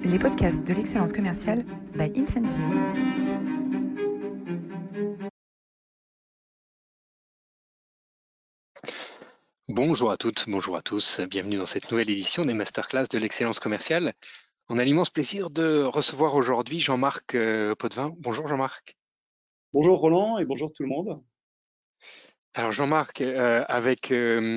les podcasts de l'excellence commerciale by Incentive. Bonjour à toutes, bonjour à tous, bienvenue dans cette nouvelle édition des Masterclass de l'excellence commerciale. On a l'immense plaisir de recevoir aujourd'hui Jean-Marc Potvin. Bonjour Jean-Marc. Bonjour Roland et bonjour tout le monde. Alors Jean-Marc, avec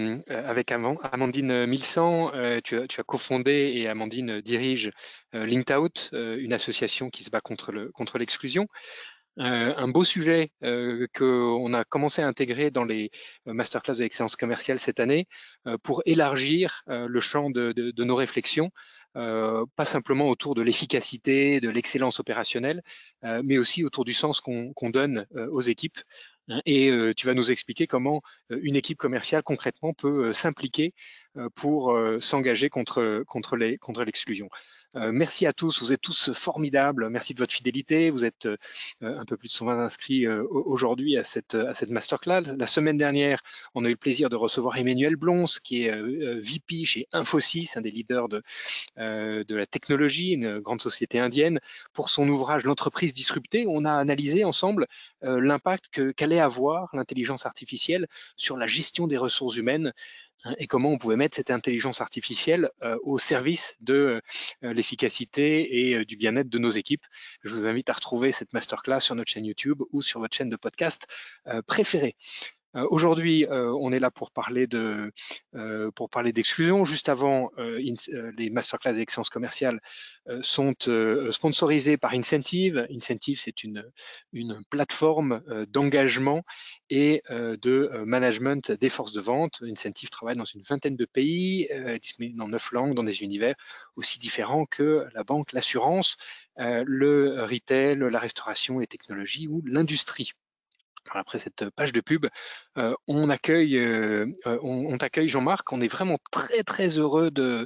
Amandine Milsan, tu as cofondé et Amandine dirige Linked Out, une association qui se bat contre l'exclusion. Un beau sujet qu'on a commencé à intégrer dans les masterclass de l'excellence commerciale cette année pour élargir le champ de nos réflexions, pas simplement autour de l'efficacité, de l'excellence opérationnelle, mais aussi autour du sens qu'on donne aux équipes. Et tu vas nous expliquer comment une équipe commerciale concrètement peut s'impliquer pour s'engager contre l'exclusion. Merci à tous, vous êtes tous formidables, merci de votre fidélité, vous êtes un peu plus de 120 inscrits aujourd'hui à cette masterclass. La semaine dernière, on a eu le plaisir de recevoir Emmanuel Blons, qui est VP chez Infosys, un des leaders de la technologie, une grande société indienne, pour son ouvrage L'entreprise disruptée. On a analysé ensemble l'impact qu'allait avoir l'intelligence artificielle sur la gestion des ressources humaines et comment on pouvait mettre cette intelligence artificielle au service de l'efficacité et du bien-être de nos équipes. Je vous invite à retrouver cette masterclass sur notre chaîne YouTube ou sur votre chaîne de podcast préférée. Aujourd'hui, on est là pour parler d'exclusion. Juste avant, les masterclass d'excellence commerciale sont sponsorisées par Incentive. Incentive, c'est une plateforme d'engagement et de management des forces de vente. Incentive travaille dans une vingtaine de pays, disponible dans 9 langues, dans des univers aussi différents que la banque, l'assurance, le retail, la restauration, les technologies ou l'industrie. Après cette page de pub, on t'accueille Jean-Marc. On est vraiment très heureux de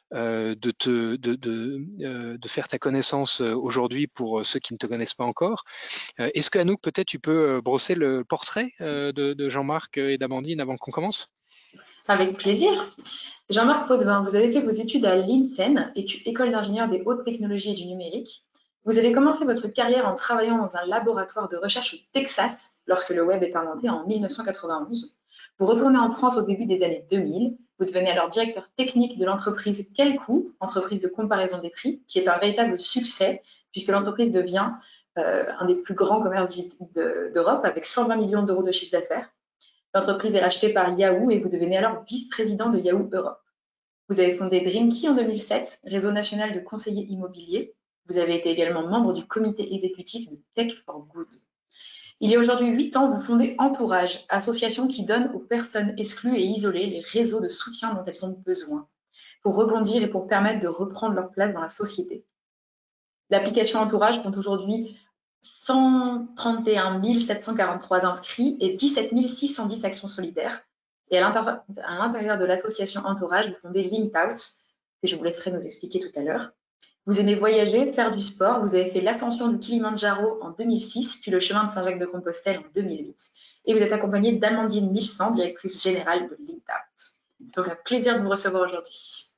faire ta connaissance aujourd'hui pour ceux qui ne te connaissent pas encore. Est-ce que Anouk, peut-être tu peux brosser le portrait de Jean-Marc et d'Amandine avant qu'on commence? Avec plaisir. Jean-Marc Potvin, vous avez fait vos études à l'INSEN, École d'ingénieurs des hautes technologies et du numérique. Vous avez commencé votre carrière en travaillant dans un laboratoire de recherche au Texas lorsque le web est inventé en 1991. Vous retournez en France au début des années 2000. Vous devenez alors directeur technique de l'entreprise Quel-Coup, entreprise de comparaison des prix, qui est un véritable succès puisque l'entreprise devient un des plus grands commerces d'Europe avec 120 millions d'euros de chiffre d'affaires. L'entreprise est rachetée par Yahoo et vous devenez alors vice-président de Yahoo Europe. Vous avez fondé Dreamkey en 2007, réseau national de conseillers immobiliers. Vous avez été également membre du comité exécutif de Tech for Good. Il y a aujourd'hui 8 ans, vous fondez Entourage, association qui donne aux personnes exclues et isolées les réseaux de soutien dont elles ont besoin, pour rebondir et pour permettre de reprendre leur place dans la société. L'application Entourage compte aujourd'hui 131 743 inscrits et 17 610 actions solidaires. Et à l'intérieur de l'association Entourage, vous fondez Linked Out, que je vous laisserai nous expliquer tout à l'heure. Vous aimez voyager, faire du sport. Vous avez fait l'ascension du Kilimandjaro en 2006, puis le chemin de Saint-Jacques-de-Compostelle en 2008. Et vous êtes accompagné d'Amandine Milsan, directrice générale de Linked Out. C'est donc un plaisir de vous recevoir aujourd'hui.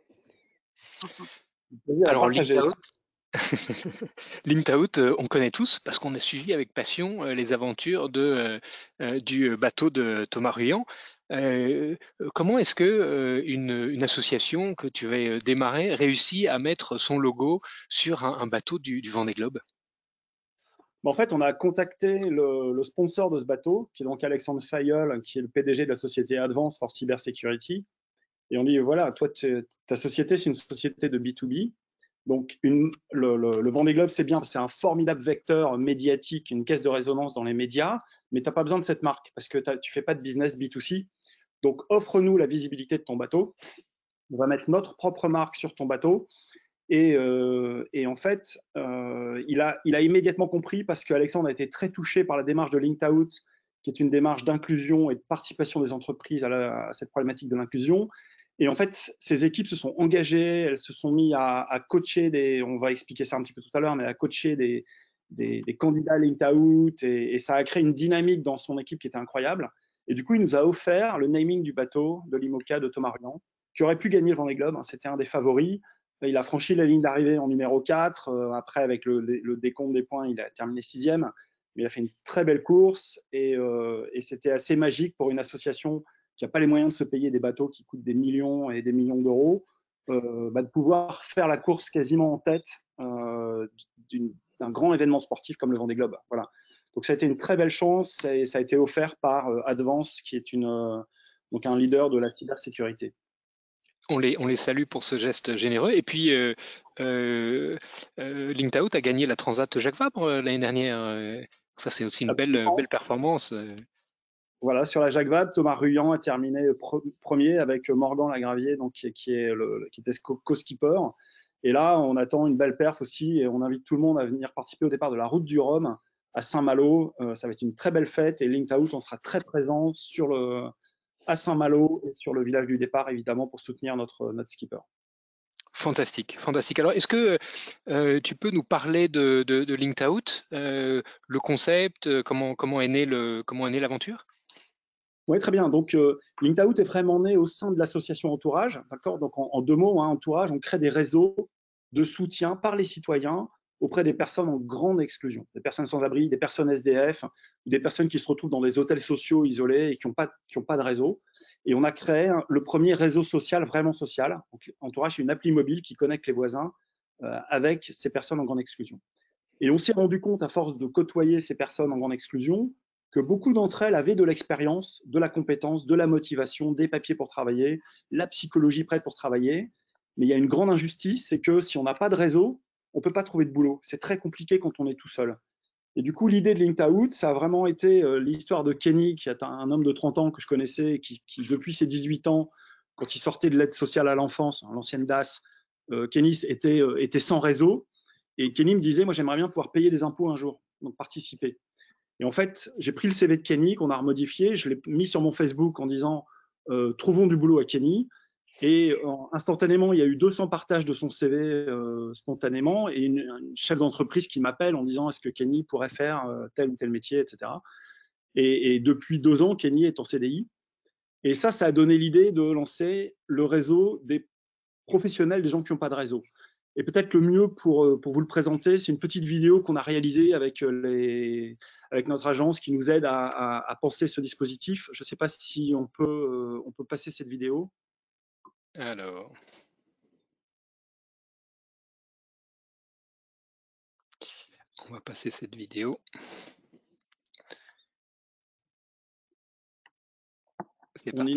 Alors, Linked Out, Linked Out, on connaît tous parce qu'on a suivi avec passion les aventures du bateau de Thomas Ruyant. Comment est-ce que une association que tu vas démarrer réussit à mettre son logo sur un bateau du Vendée Globe? En fait, on a contacté le sponsor de ce bateau, qui est donc Alexandre Fayol, qui est le PDG de la société Advance for Cybersecurity. Et on dit, voilà, toi, ta société, c'est une société de B2B. Donc, le Vendée Globe, c'est bien, c'est un formidable vecteur médiatique, une caisse de résonance dans les médias, mais tu n'as pas besoin de cette marque parce que tu ne fais pas de business B2C. Donc, offre-nous la visibilité de ton bateau. On va mettre notre propre marque sur ton bateau. Et en fait, il a immédiatement compris parce qu'Alexandre a été très touché par la démarche de Linked Out, qui est une démarche d'inclusion et de participation des entreprises à cette problématique de l'inclusion. Et en fait, ces équipes se sont engagées, elles se sont mis à coacher on va expliquer ça un petit peu tout à l'heure, mais à coacher des candidats Linked Out et ça a créé une dynamique dans son équipe qui était incroyable. Et du coup, il nous a offert le naming du bateau de l'IMOCA de Thomas Ruyant, qui aurait pu gagner le Vendée Globe, hein, c'était un des favoris. Il a franchi la ligne d'arrivée en numéro 4. Après, avec le décompte des points, il a terminé 6e. Mais il a fait une très belle course et c'était assez magique pour une association qui n'a pas les moyens de se payer des bateaux qui coûtent des millions et des millions d'euros, de pouvoir faire la course quasiment en tête d'un grand événement sportif comme le Vendée Globe. Voilà. Donc ça a été une très belle chance et ça a été offert par Advance, qui est donc un leader de la cybersécurité. On les salue pour ce geste généreux. Et puis, LinkOut a gagné la Transat Jacques Vabre l'année dernière. Ça, c'est aussi une belle performance. Voilà, sur la Jacques Vabre, Thomas Ruyant a terminé premier avec Morgan Lagravier, donc, qui était co-skipper. Et là, on attend une belle perf aussi et on invite tout le monde à venir participer au départ de la route du Rhum à Saint-Malo. Ça va être une très belle fête et LinkOut, on sera très présent à Saint-Malo et sur le village du départ, évidemment, pour soutenir notre skipper. Fantastique, fantastique. Alors, est-ce que tu peux nous parler de LinkOut, le concept, comment est née l'aventure? Oui, très bien. Donc, LinkOut est vraiment né au sein de l'association Entourage. D'accord. Donc, en 2 mots, Entourage, on crée des réseaux de soutien par les citoyens auprès des personnes en grande exclusion, des personnes sans abri, des personnes SDF, des personnes qui se retrouvent dans des hôtels sociaux isolés et qui n'ont pas de réseau. Et on a créé le premier réseau social vraiment social. Donc, Entourage, c'est une appli mobile qui connecte les voisins avec ces personnes en grande exclusion. Et on s'est rendu compte, à force de côtoyer ces personnes en grande exclusion, que beaucoup d'entre elles avaient de l'expérience, de la compétence, de la motivation, des papiers pour travailler, la psychologie prête pour travailler. Mais il y a une grande injustice, c'est que si on n'a pas de réseau, on ne peut pas trouver de boulot. C'est très compliqué quand on est tout seul. Et du coup, l'idée de LinkOut, ça a vraiment été l'histoire de Kenny, qui est un homme de 30 ans que je connaissais, qui depuis ses 18 ans, quand il sortait de l'aide sociale à l'enfance, l'ancienne DAS, Kenny était sans réseau. Et Kenny me disait, moi j'aimerais bien pouvoir payer des impôts un jour, donc participer. Et en fait, j'ai pris le CV de Kenny, qu'on a remodifié, je l'ai mis sur mon Facebook en disant trouvons du boulot à Kenny. Et instantanément, il y a eu 200 partages de son CV spontanément et une chef d'entreprise qui m'appelle en disant est-ce que Kenny pourrait faire tel ou tel métier, etc. Et depuis 2 ans, Kenny est en CDI. Et ça a donné l'idée de lancer le réseau des professionnels, des gens qui n'ont pas de réseau. Et peut-être le mieux pour vous le présenter, c'est une petite vidéo qu'on a réalisée avec notre agence qui nous aide à penser ce dispositif. Je ne sais pas si on peut passer cette vidéo. Alors, on va passer cette vidéo. C'est parti.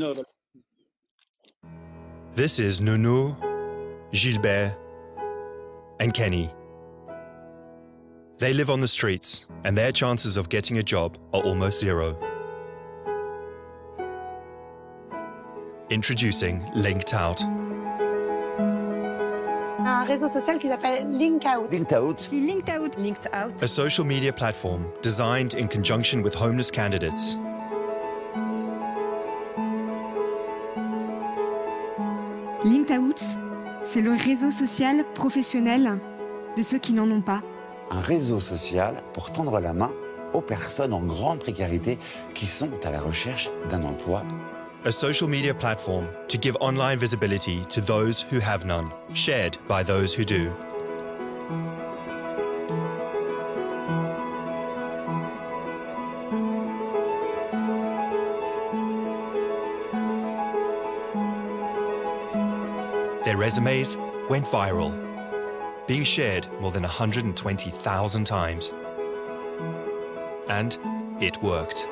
This is Nounou, Gilbert, and Kenny. They live on the streets, and their chances of getting a job are almost zero. Introducing LinkedOut. Un réseau social qui s'appelle LinkOut. LinkedOut. A social media platform designed in conjunction with homeless candidates. LinkedOut, c'est le réseau social professionnel de ceux qui n'en ont pas. Un réseau social pour tendre la main aux personnes en grande précarité qui sont à la recherche d'un emploi. A social media platform to give online visibility to those who have none, shared by those who do. Their resumes went viral, being shared more than 120,000 times. And it worked.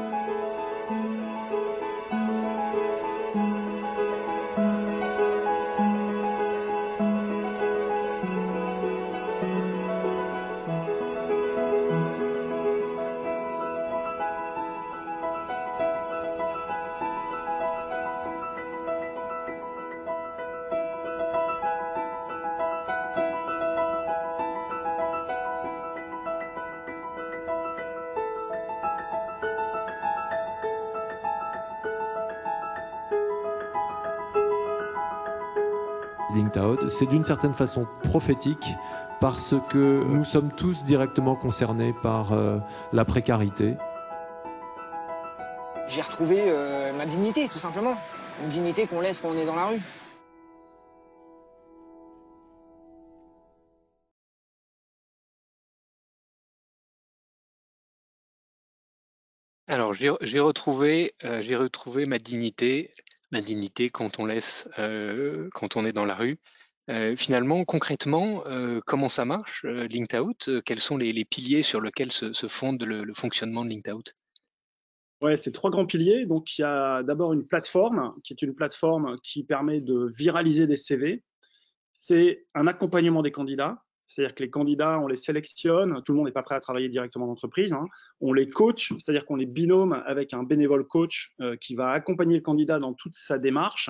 LinkedOut, c'est d'une certaine façon prophétique parce que nous sommes tous directement concernés par la précarité. J'ai retrouvé ma dignité, tout simplement. Une dignité qu'on laisse quand on est dans la rue. Alors, j'ai retrouvé ma dignité quand on quand on est dans la rue. Finalement, concrètement, comment ça marche, Linked Out? Quels sont les piliers sur lesquels se fonde le fonctionnement de Linked Out? Ouais, c'est 3 grands piliers. Donc, il y a d'abord une plateforme, qui est une plateforme qui permet de viraliser des CV. C'est un accompagnement des candidats. C'est-à-dire que les candidats, on les sélectionne. Tout le monde n'est pas prêt à travailler directement en entreprise, hein. On les coach, c'est-à-dire qu'on les binôme avec un bénévole coach qui va accompagner le candidat dans toute sa démarche.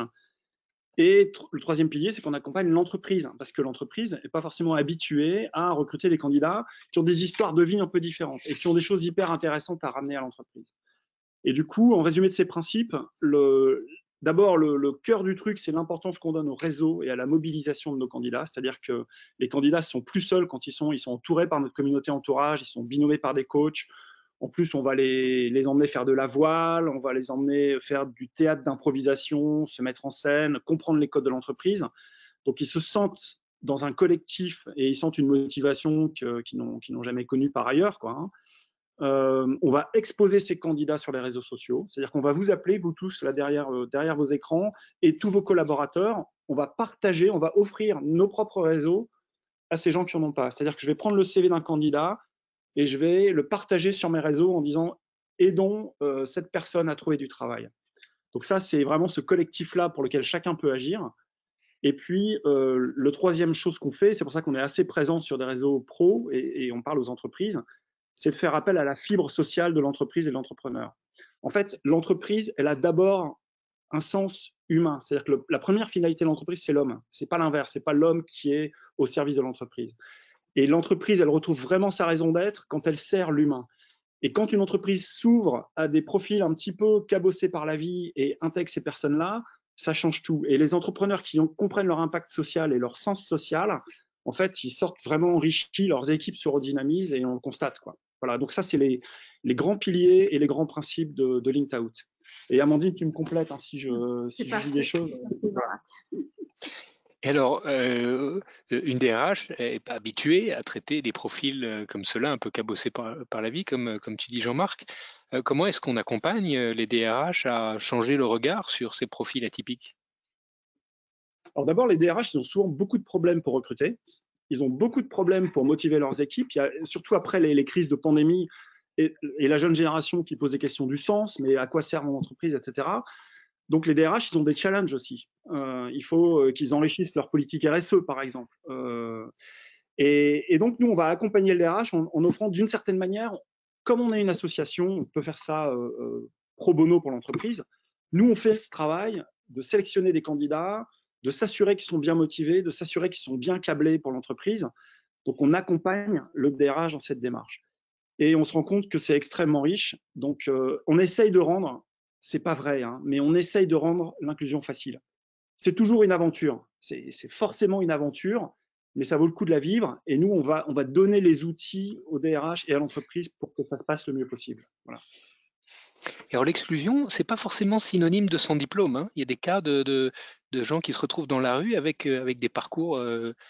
Et le troisième pilier, c'est qu'on accompagne l'entreprise, parce que l'entreprise n'est pas forcément habituée à recruter des candidats qui ont des histoires de vie un peu différentes et qui ont des choses hyper intéressantes à ramener à l'entreprise. Et du coup, en résumé de ces principes, d'abord, le cœur du truc, c'est l'importance qu'on donne au réseau et à la mobilisation de nos candidats. C'est-à-dire que les candidats sont plus seuls quand ils sont entourés par notre communauté entourage, ils sont binômés par des coachs. En plus, on va les emmener faire de la voile, on va les emmener faire du théâtre d'improvisation, se mettre en scène, comprendre les codes de l'entreprise. Donc, ils se sentent dans un collectif et ils sentent une motivation qu'ils n'ont jamais connue par ailleurs, quoi, hein. On va exposer ces candidats sur les réseaux sociaux, c'est-à-dire qu'on va vous appeler, vous tous, là derrière vos écrans, et tous vos collaborateurs, on va partager, on va offrir nos propres réseaux à ces gens qui n'en ont pas. C'est-à-dire que je vais prendre le CV d'un candidat et je vais le partager sur mes réseaux en disant « aidons cette personne à trouver du travail ». Donc ça, c'est vraiment ce collectif-là pour lequel chacun peut agir. Et puis, le troisième chose qu'on fait, c'est pour ça qu'on est assez présent sur des réseaux pro et on parle aux entreprises, c'est de faire appel à la fibre sociale de l'entreprise et de l'entrepreneur. En fait, l'entreprise, elle a d'abord un sens humain. C'est-à-dire que la première finalité de l'entreprise, c'est l'homme. C'est pas l'inverse. C'est pas l'homme qui est au service de l'entreprise. Et l'entreprise, elle retrouve vraiment sa raison d'être quand elle sert l'humain. Et quand une entreprise s'ouvre à des profils un petit peu cabossés par la vie et intègre ces personnes-là, ça change tout. Et les entrepreneurs qui comprennent leur impact social et leur sens social, en fait, ils sortent vraiment enrichis, leurs équipes se redynamisent et on le constate, quoi. Voilà, donc ça, c'est les grands piliers et les grands principes de Linked Out. Et Amandine, tu me complètes hein, si je dis des choses. Voilà. Et alors, une DRH n'est pas habituée à traiter des profils comme cela, un peu cabossés par la vie, comme tu dis Jean-Marc. Comment est-ce qu'on accompagne les DRH à changer le regard sur ces profils atypiques? Alors d'abord, les DRH, ils ont souvent beaucoup de problèmes pour recruter. Ils ont beaucoup de problèmes pour motiver leurs équipes. Il y a, surtout après les crises de pandémie et la jeune génération qui pose des questions du sens, mais à quoi sert mon entreprise, etc. Donc les DRH, ils ont des challenges aussi. Il faut qu'ils enrichissent leur politique RSE, par exemple. Et donc, nous, on va accompagner le DRH en offrant d'une certaine manière, comme on est une association, on peut faire ça pro bono pour l'entreprise. Nous, on fait ce travail de sélectionner des candidats, de s'assurer qu'ils sont bien motivés, de s'assurer qu'ils sont bien câblés pour l'entreprise. Donc, on accompagne le DRH dans cette démarche. Et on se rend compte que c'est extrêmement riche. Donc, on essaye de rendre, c'est pas vrai, hein, mais on essaye de rendre l'inclusion facile. C'est toujours une aventure. C'est forcément une aventure, mais ça vaut le coup de la vivre. Et nous, on va donner les outils au DRH et à l'entreprise pour que ça se passe le mieux possible. Voilà. Et alors l'exclusion, c'est pas forcément synonyme de sans diplôme, hein. Il y a des cas de gens qui se retrouvent dans la rue avec des parcours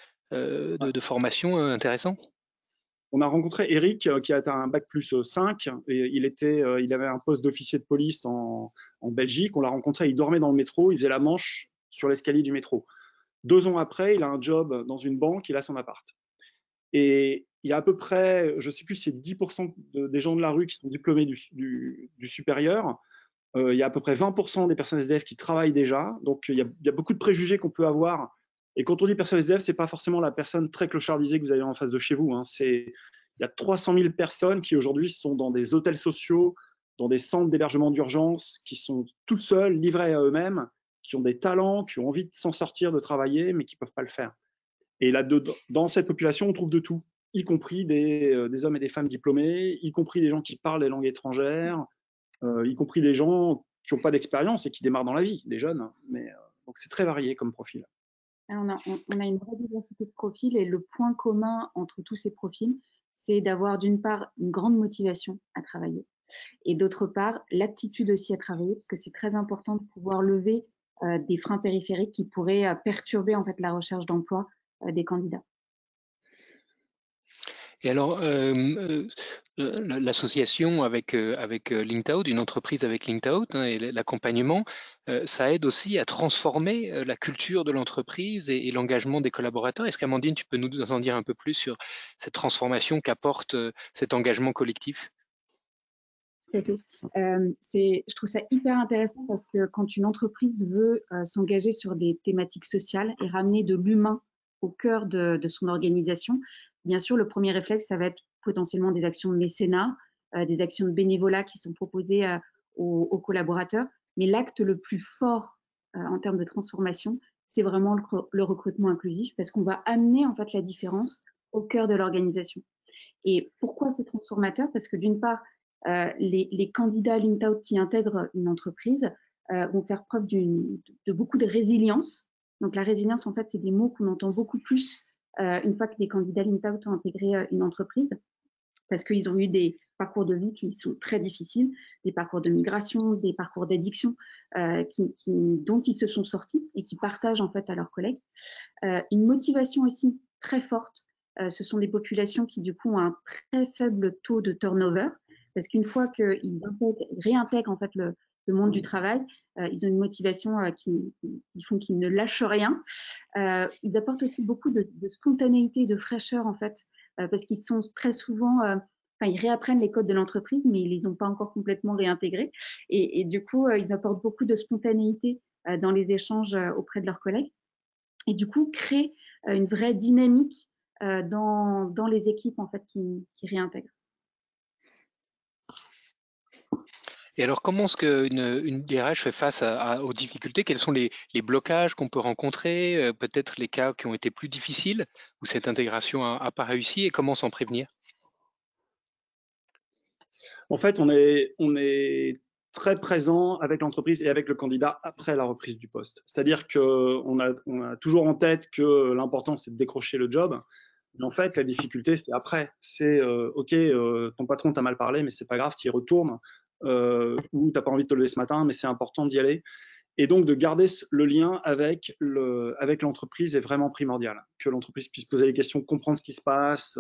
de formation intéressants. On a rencontré Eric qui a un bac plus 5 et il avait un poste d'officier de police en Belgique. On l'a rencontré, il dormait dans le métro, il faisait la manche sur l'escalier du métro. 2 ans après, il a un job dans une banque, il a son appart. Et il y a à peu près, je ne sais plus si c'est 10% des gens de la rue qui sont diplômés du supérieur. Il y a à peu près 20% des personnes SDF qui travaillent déjà. Donc, il y a beaucoup de préjugés qu'on peut avoir. Et quand on dit personne SDF, ce n'est pas forcément la personne très clochardisée que vous avez en face de chez vous, hein. Il y a 300 000 personnes qui aujourd'hui sont dans des hôtels sociaux, dans des centres d'hébergement d'urgence, qui sont toutes seules, livrées à eux-mêmes, qui ont des talents, qui ont envie de s'en sortir, de travailler, mais qui ne peuvent pas le faire. Et là, dans cette population, on trouve de tout, y compris des hommes et des femmes diplômés, y compris des gens qui parlent les langues étrangères, y compris des gens qui n'ont pas d'expérience et qui démarrent dans la vie, des jeunes. Mais, donc, c'est très varié comme profil. On a une vraie diversité de profils et le point commun entre tous ces profils, c'est d'avoir d'une part une grande motivation à travailler et d'autre part l'aptitude aussi à travailler, parce que c'est très important de pouvoir lever des freins périphériques qui pourraient perturber en fait la recherche d'emploi des candidats. Et alors, l'association avec LinkedOut, une entreprise avec LinkedOut, hein, et l'accompagnement, ça aide aussi à transformer la culture de l'entreprise et l'engagement des collaborateurs. Est-ce qu'Amandine, tu peux nous en dire un peu plus sur cette transformation qu'apporte cet engagement collectif? Je trouve ça hyper intéressant parce que quand une entreprise veut s'engager sur des thématiques sociales et ramener de l'humain au cœur de son organisation, bien sûr, le premier réflexe, ça va être potentiellement des actions de mécénat, des actions de bénévolat qui sont proposées aux collaborateurs. Mais l'acte le plus fort en termes de transformation, c'est vraiment le recrutement inclusif parce qu'on va amener en fait la différence au cœur de l'organisation. Et pourquoi c'est transformateur? Parce que d'une part, les candidats LinkedOut qui intègrent une entreprise vont faire preuve de beaucoup de résilience. Donc la résilience, en fait, c'est des mots qu'on entend beaucoup plus une fois que les candidats LinkedOut ont intégré une entreprise, parce qu'ils ont eu des parcours de vie qui sont très difficiles, des parcours de migration, des parcours d'addiction dont ils se sont sortis et qui partagent en fait à leurs collègues. Une motivation aussi très forte. Ce sont des populations qui du coup ont un très faible taux de turnover, parce qu'une fois qu'ils réintègrent en fait le monde du travail, ils ont une motivation qui font qu'ils ne lâchent rien. Ils apportent aussi beaucoup de spontanéité et de fraîcheur en fait, parce qu'ils sont très souvent, ils réapprennent les codes de l'entreprise, mais ils les ont pas encore complètement réintégrés. Et du coup, ils apportent beaucoup de spontanéité dans les échanges auprès de leurs collègues. Et du coup, créent une vraie dynamique dans les équipes en fait qui réintègrent. Et alors, comment est-ce qu'une DRH fait face aux difficultés? Quels sont les blocages qu'on peut rencontrer? Peut-être les cas qui ont été plus difficiles, où cette intégration n'a pas réussi, et comment s'en prévenir? En fait, on est très présent avec l'entreprise et avec le candidat après la reprise du poste. C'est-à-dire qu'on a toujours en tête que l'important, c'est de décrocher le job. Mais en fait, la difficulté, c'est après. C'est OK, ton patron t'a mal parlé, mais c'est pas grave, tu y retournes. Ou t'as pas envie de te lever ce matin, mais c'est important d'y aller. Et donc, de garder le lien avec l'entreprise est vraiment primordial. Que l'entreprise puisse poser les questions, comprendre ce qui se passe.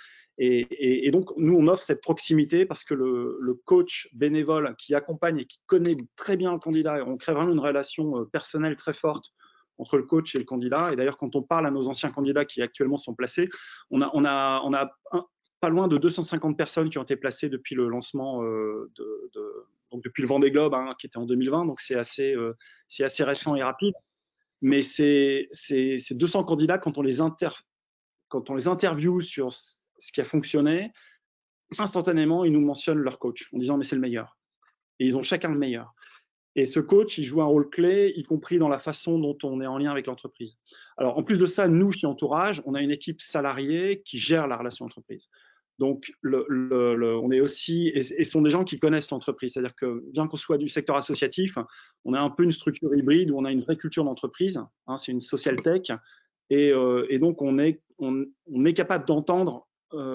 Et donc, nous, on offre cette proximité parce que le coach bénévole qui accompagne et qui connaît très bien le candidat, on crée vraiment une relation personnelle très forte entre le coach et le candidat. Et d'ailleurs, quand on parle à nos anciens candidats qui actuellement sont placés, on a pas loin de 250 personnes qui ont été placées depuis le lancement, donc depuis le Vendée Globe, hein, qui était en 2020. Donc, c'est assez récent et rapide. Mais ces 200 candidats, quand on les interviewe sur ce qui a fonctionné, instantanément, ils nous mentionnent leur coach en disant « mais c'est le meilleur ». Et ils ont chacun le meilleur. Et ce coach, il joue un rôle clé, y compris dans la façon dont on est en lien avec l'entreprise. Alors, en plus de ça, nous, chez Entourage, on a une équipe salariée qui gère la relation entreprise. Donc, on est aussi, et ce sont des gens qui connaissent l'entreprise. C'est-à-dire que, bien qu'on soit du secteur associatif, on a un peu une structure hybride où on a une vraie culture d'entreprise. Hein, c'est une social tech. Et donc, on est capable d'entendre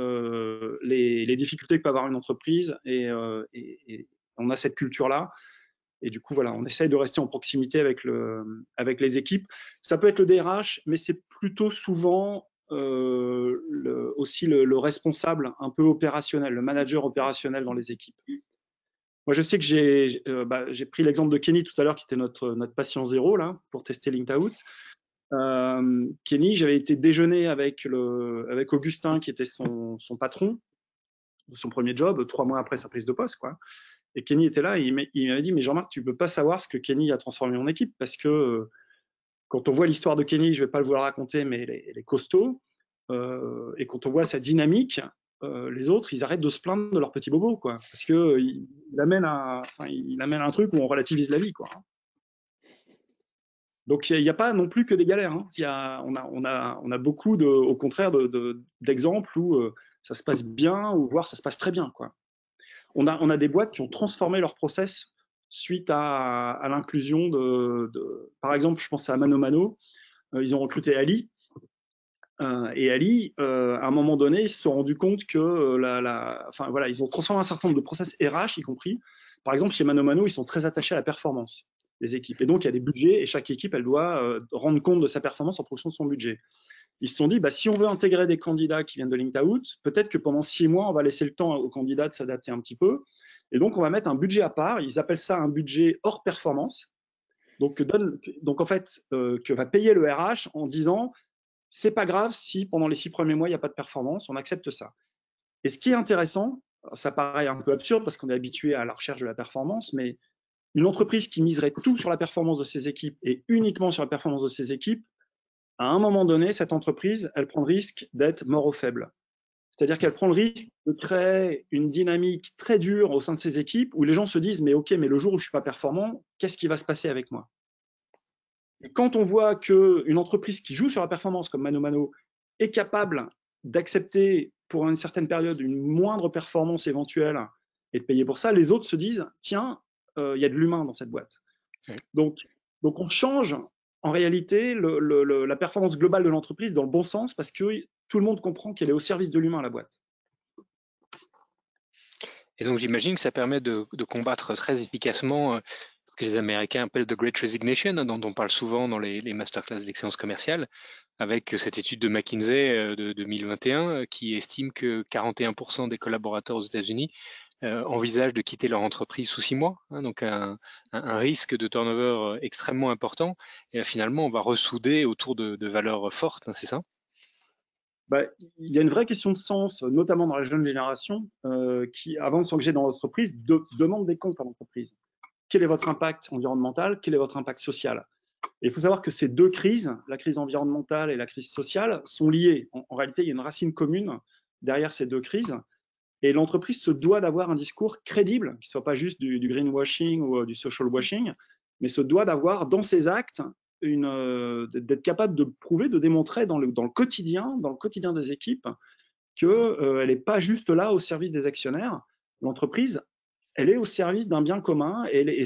les difficultés que peut avoir une entreprise. Et on a cette culture-là. Et du coup, voilà, on essaye de rester en proximité avec les équipes. Ça peut être le DRH, mais c'est plutôt souvent aussi le responsable un peu opérationnel, le manager opérationnel dans les équipes. Moi, je sais que j'ai pris l'exemple de Kenny tout à l'heure, qui était notre patient zéro là, pour tester LinkedOut. Kenny, j'avais été déjeuner avec Augustin, qui était son patron, son premier job, 3 mois après sa prise de poste, quoi. Et Kenny était là, et il m'avait dit « mais Jean-Marc, tu peux pas savoir ce que Kenny a transformé mon équipe, parce que quand on voit l'histoire de Kenny, je vais pas vous la raconter, mais elle est costaud, et quand on voit sa dynamique, les autres, ils arrêtent de se plaindre de leur petit bobo, quoi, parce que il amène un truc où on relativise la vie, quoi. Donc il n'y a pas non plus que des galères, hein. On a beaucoup au contraire d'exemples où ça se passe bien, ou voire ça se passe très bien, quoi. On a des boîtes qui ont transformé leur process suite à l'inclusion par exemple, je pense à Mano Mano, ils ont recruté Ali, et Ali, à un moment donné, ils se sont rendus compte que voilà, ils ont transformé un certain nombre de process RH, y compris. Par exemple, chez Mano Mano, ils sont très attachés à la performance des équipes. Et donc, il y a des budgets, et chaque équipe, elle doit rendre compte de sa performance en fonction de son budget. ils se sont dit, bah, si on veut intégrer des candidats qui viennent de LinkedOut, peut-être que pendant 6 mois, on va laisser le temps aux candidats de s'adapter un petit peu. Et donc, on va mettre un budget à part. Ils appellent ça un budget hors performance. Donc en fait, que va payer le RH en disant, c'est pas grave si pendant les 6 premiers mois, il n'y a pas de performance, on accepte ça. Et ce qui est intéressant, ça paraît un peu absurde parce qu'on est habitué à la recherche de la performance, mais une entreprise qui miserait tout sur la performance de ses équipes et uniquement sur la performance de ses équipes, à un moment donné, cette entreprise, elle prend le risque d'être mort au faible. C'est-à-dire qu'elle prend le risque de créer une dynamique très dure au sein de ses équipes où les gens se disent, mais ok, mais le jour où je ne suis pas performant, qu'est-ce qui va se passer avec moi? Et quand on voit qu'une entreprise qui joue sur la performance comme ManoMano est capable d'accepter pour une certaine période une moindre performance éventuelle et de payer pour ça, les autres se disent, tiens, il y a de l'humain dans cette boîte. Okay. Donc on change en réalité la performance globale de l'entreprise dans le bon sens parce que tout le monde comprend qu'elle est au service de l'humain, la boîte. Et donc j'imagine que ça permet de combattre très efficacement ce que les Américains appellent the Great Resignation, dont on parle souvent dans les masterclass d'excellence commerciale, avec cette étude de McKinsey de 2021 qui estime que 41% des collaborateurs aux États-Unis envisagent de quitter leur entreprise sous 6 mois, hein, donc un risque de turnover extrêmement important. Et là, finalement, on va ressouder autour de valeurs fortes, hein, c'est ça? Bah, il y a une vraie question de sens, notamment dans la jeune génération, qui, avant de s'engager dans l'entreprise, demande des comptes à l'entreprise. Quel est votre impact environnemental? Quel est votre impact social? Et il faut savoir que ces deux crises, la crise environnementale et la crise sociale, sont liées. En réalité, il y a une racine commune derrière ces deux crises. Et l'entreprise se doit d'avoir un discours crédible, qui ne soit pas juste du greenwashing ou du social washing, mais se doit d'avoir dans ses actes d'être capable de prouver, de démontrer dans le quotidien des équipes qu'elle n'est pas juste là au service des actionnaires. L'entreprise, elle est au service d'un bien commun et il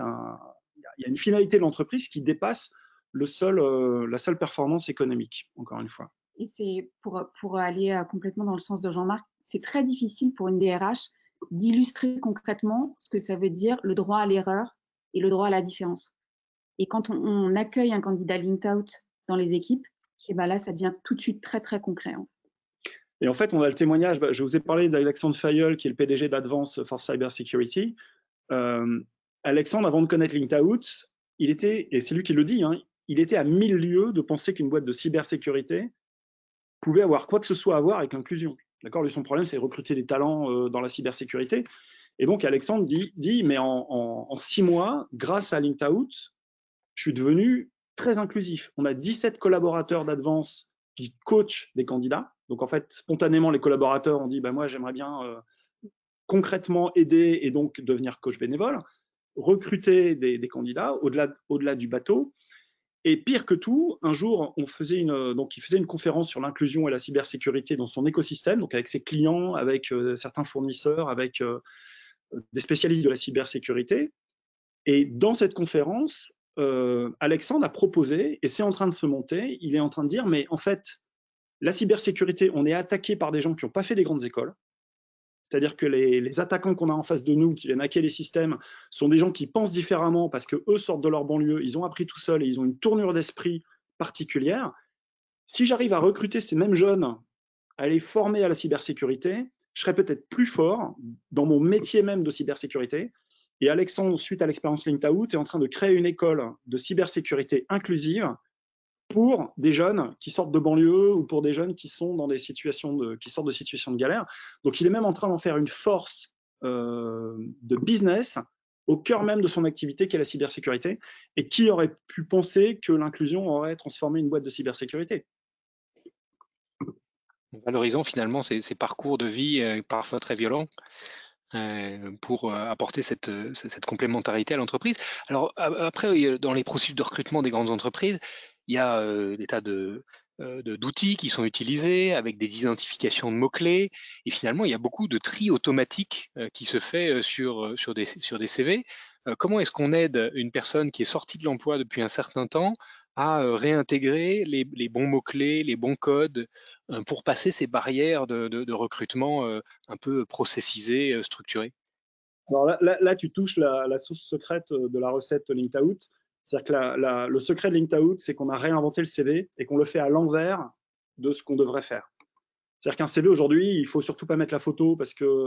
y a une finalité de l'entreprise qui dépasse la seule performance économique, encore une fois. Et c'est pour aller complètement dans le sens de Jean-Marc, c'est très difficile pour une DRH d'illustrer concrètement ce que ça veut dire le droit à l'erreur et le droit à la différence. Et quand on accueille un candidat LinkedOut dans les équipes, et ben là, ça devient tout de suite très, très concret. Hein. Et en fait, on a le témoignage, je vous ai parlé d'Alexandre Fayol, qui est le PDG d'Advance for Cyber Security. Alexandre, avant de connaître LinkedOut, il était, et c'est lui qui le dit, hein, il était à 1000 lieues de penser qu'une boîte de cybersécurité pouvait avoir quoi que ce soit à voir avec l'inclusion. D'accord, lui, son problème, c'est recruter des talents dans la cybersécurité. Et donc, Alexandre dit mais en 6 mois, grâce à LinkedOut, je suis devenu très inclusif. On a 17 collaborateurs d'Advance qui coachent des candidats. Donc, en fait, spontanément, les collaborateurs ont dit, bah, moi, j'aimerais bien concrètement aider et donc devenir coach bénévole, recruter des candidats au-delà du bateau. Et pire que tout, un jour, il faisait une conférence sur l'inclusion et la cybersécurité dans son écosystème, donc avec ses clients, avec certains fournisseurs, avec des spécialistes de la cybersécurité. Et dans cette conférence, Alexandre a proposé, et c'est en train de se monter, il est en train de dire, mais en fait, la cybersécurité, on est attaqué par des gens qui n'ont pas fait des grandes écoles. C'est-à-dire que les attaquants qu'on a en face de nous, qui viennent hacker les systèmes, sont des gens qui pensent différemment parce qu'eux sortent de leur banlieue, ils ont appris tout seuls et ils ont une tournure d'esprit particulière. Si j'arrive à recruter ces mêmes jeunes, à les former à la cybersécurité, je serais peut-être plus fort dans mon métier même de cybersécurité. Et Alexandre, suite à l'expérience LinkedOut, est en train de créer une école de cybersécurité inclusive pour des jeunes qui sortent de banlieue ou pour des jeunes qui sont dans qui sortent de situations de galère. Donc, il est même en train d'en faire une force de business au cœur même de son activité qui est la cybersécurité. Et qui aurait pu penser que l'inclusion aurait transformé une boîte de cybersécurité? Valorisons finalement ces parcours de vie parfois très violents pour apporter cette complémentarité à l'entreprise. Alors après, dans les processus de recrutement des grandes entreprises, il y a des tas d'outils qui sont utilisés avec des identifications de mots-clés et finalement il y a beaucoup de tri automatique qui se fait sur des CV. Comment est-ce qu'on aide une personne qui est sortie de l'emploi depuis un certain temps à réintégrer les bons mots-clés, les bons codes pour passer ces barrières de recrutement un peu processisées, structurées? Alors là, tu touches la sauce secrète de la recette LinkedOut. C'est-à-dire que le secret de LinkedOut, c'est qu'on a réinventé le CV et qu'on le fait à l'envers de ce qu'on devrait faire. C'est-à-dire qu'un CV aujourd'hui, il faut surtout pas mettre la photo parce que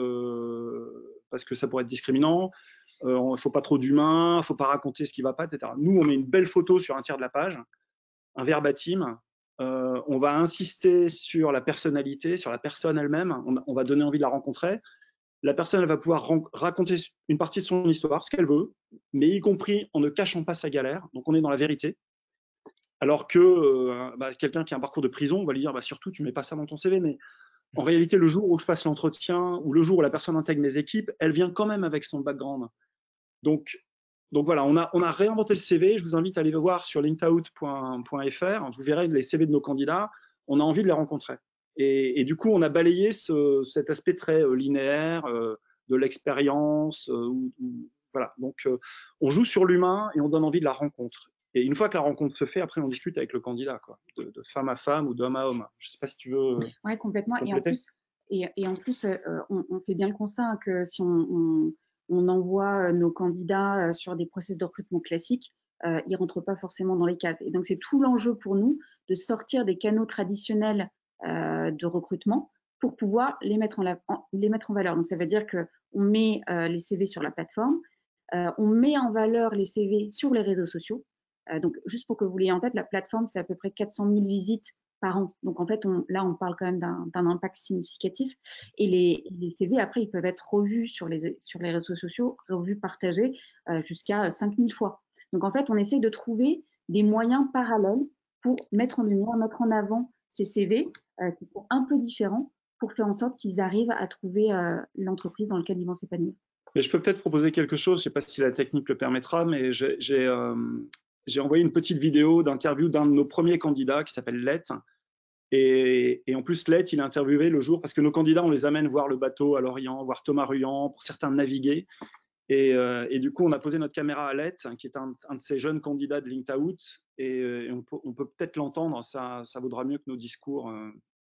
ça pourrait être discriminant. Il ne faut pas trop d'humain, il ne faut pas raconter ce qui ne va pas, etc. Nous, on met une belle photo sur un tiers de la page, un verbatim. On va insister sur la personnalité, sur la personne elle-même. On va donner envie de la rencontrer. La personne, elle va pouvoir raconter une partie de son histoire, ce qu'elle veut, mais y compris en ne cachant pas sa galère. Donc, on est dans la vérité. Alors que quelqu'un qui a un parcours de prison, on va lui dire surtout, tu ne mets pas ça dans ton CV. Mais en réalité, le jour où je passe l'entretien ou le jour où la personne intègre mes équipes, elle vient quand même avec son background. Donc voilà, on a réinventé le CV. Je vous invite à aller le voir sur linkedout.fr. Vous verrez les CV de nos candidats. On a envie de les rencontrer. Et du coup, on a balayé cet aspect très linéaire de l'expérience. Voilà. Donc, on joue sur l'humain et on donne envie de la rencontre. Et une fois que la rencontre se fait, après, on discute avec le candidat, quoi, de femme à femme ou d'homme à homme. Je ne sais pas si tu veux. Oui, complètement. Compléter. Et en plus, on fait bien le constat que si on envoie nos candidats sur des process de recrutement classiques, ils ne rentrent pas forcément dans les cases. Et donc, c'est tout l'enjeu pour nous de sortir des canaux traditionnels de recrutement pour pouvoir les mettre en valeur. Donc, ça veut dire qu'on met les CV sur la plateforme, on met en valeur les CV sur les réseaux sociaux. Donc, juste pour que vous l'ayez en tête, la plateforme, c'est à peu près 400 000 visites par an. Donc, en fait, là, on parle quand même d'un impact significatif. Et les CV, après, ils peuvent être revus sur les réseaux sociaux, revus, partagés jusqu'à 5000 fois. Donc, en fait, on essaye de trouver des moyens parallèles pour mettre en lumière, mettre en avant ces CV qui sont un peu différents pour faire en sorte qu'ils arrivent à trouver l'entreprise dans laquelle ils vont s'épanouir. Mais je peux peut-être proposer quelque chose, je ne sais pas si la technique le permettra, mais j'ai envoyé une petite vidéo d'interview d'un de nos premiers candidats qui s'appelle Let. Et en plus, Let, il a interviewé le jour, parce que nos candidats, on les amène voir le bateau à Lorient, voir Thomas Ruyant, pour certains naviguer. Et du coup, on a posé notre caméra à Let, qui est un de ces jeunes candidats de LinkedOut. Et on peut peut-être l'entendre, ça vaudra mieux que nos discours.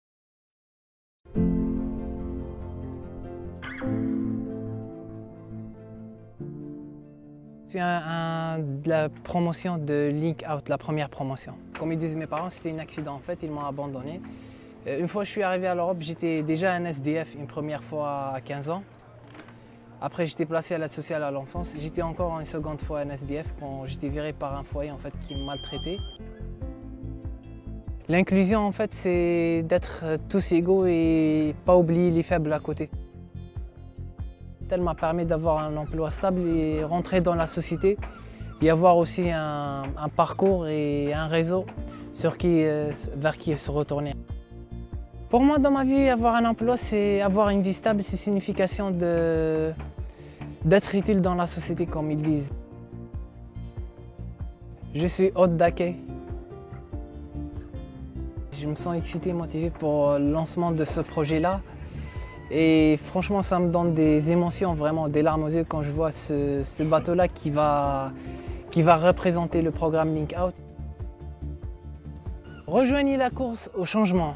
C'est de la promotion de LinkedOut, la première promotion. Comme ils disent mes parents, c'était un accident en fait, ils m'ont abandonné. Une fois que je suis arrivé à l'Europe, j'étais déjà un SDF une première fois à 15 ans. Après, j'étais placé à l'aide sociale à l'enfance. J'étais encore une seconde fois un SDF quand j'étais viré par un foyer en fait, qui me maltraitait. L'inclusion en fait, c'est d'être tous égaux et pas oublier les faibles à côté. Elle m'a permis d'avoir un emploi stable et rentrer dans la société et avoir aussi un parcours et un réseau vers qui se retourner. Pour moi, dans ma vie, avoir un emploi, c'est avoir une vie stable, c'est signification d'être utile dans la société, comme ils disent. Je suis hôte d'accueil. Je me sens excité et motivé pour le lancement de ce projet-là. Et franchement, ça me donne des émotions, vraiment des larmes aux yeux quand je vois ce bateau-là qui va représenter le programme LinkedOut. Rejoignez la course au changement.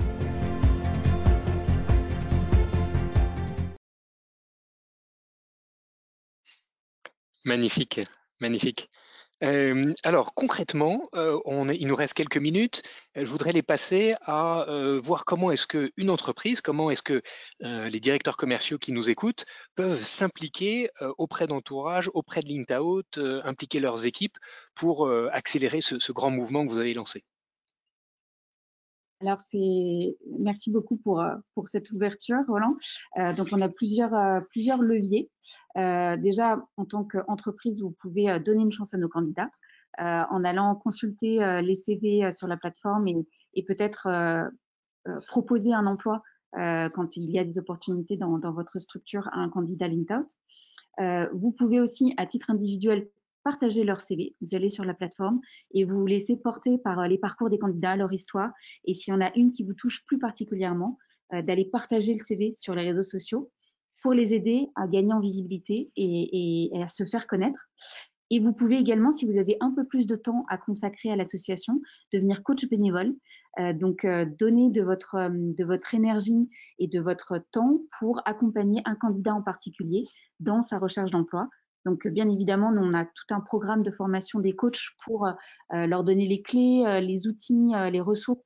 Magnifique, magnifique. Alors concrètement, il nous reste quelques minutes. Je voudrais les passer à voir comment est-ce qu'une entreprise, comment est-ce que les directeurs commerciaux qui nous écoutent peuvent s'impliquer auprès d'entourage, auprès de LinkedOut, impliquer leurs équipes pour accélérer ce grand mouvement que vous avez lancé. Alors, merci beaucoup pour cette ouverture, Roland. Donc, on a plusieurs leviers. Déjà, en tant qu'entreprise, vous pouvez donner une chance à nos candidats en allant consulter les CV sur la plateforme et peut-être proposer un emploi quand il y a des opportunités dans votre structure à un candidat LinkedOut. Vous pouvez aussi, à titre individuel, partager leur CV. Vous allez sur la plateforme et vous vous laissez porter par les parcours des candidats, leur histoire. Et s'il y en a une qui vous touche plus particulièrement, d'aller partager le CV sur les réseaux sociaux pour les aider à gagner en visibilité et à se faire connaître. Et vous pouvez également, si vous avez un peu plus de temps à consacrer à l'association, devenir coach bénévole. Donc, donner de votre énergie et de votre temps pour accompagner un candidat en particulier dans sa recherche d'emploi. Donc, bien évidemment, nous, on a tout un programme de formation des coachs pour leur donner les clés, les outils, les ressources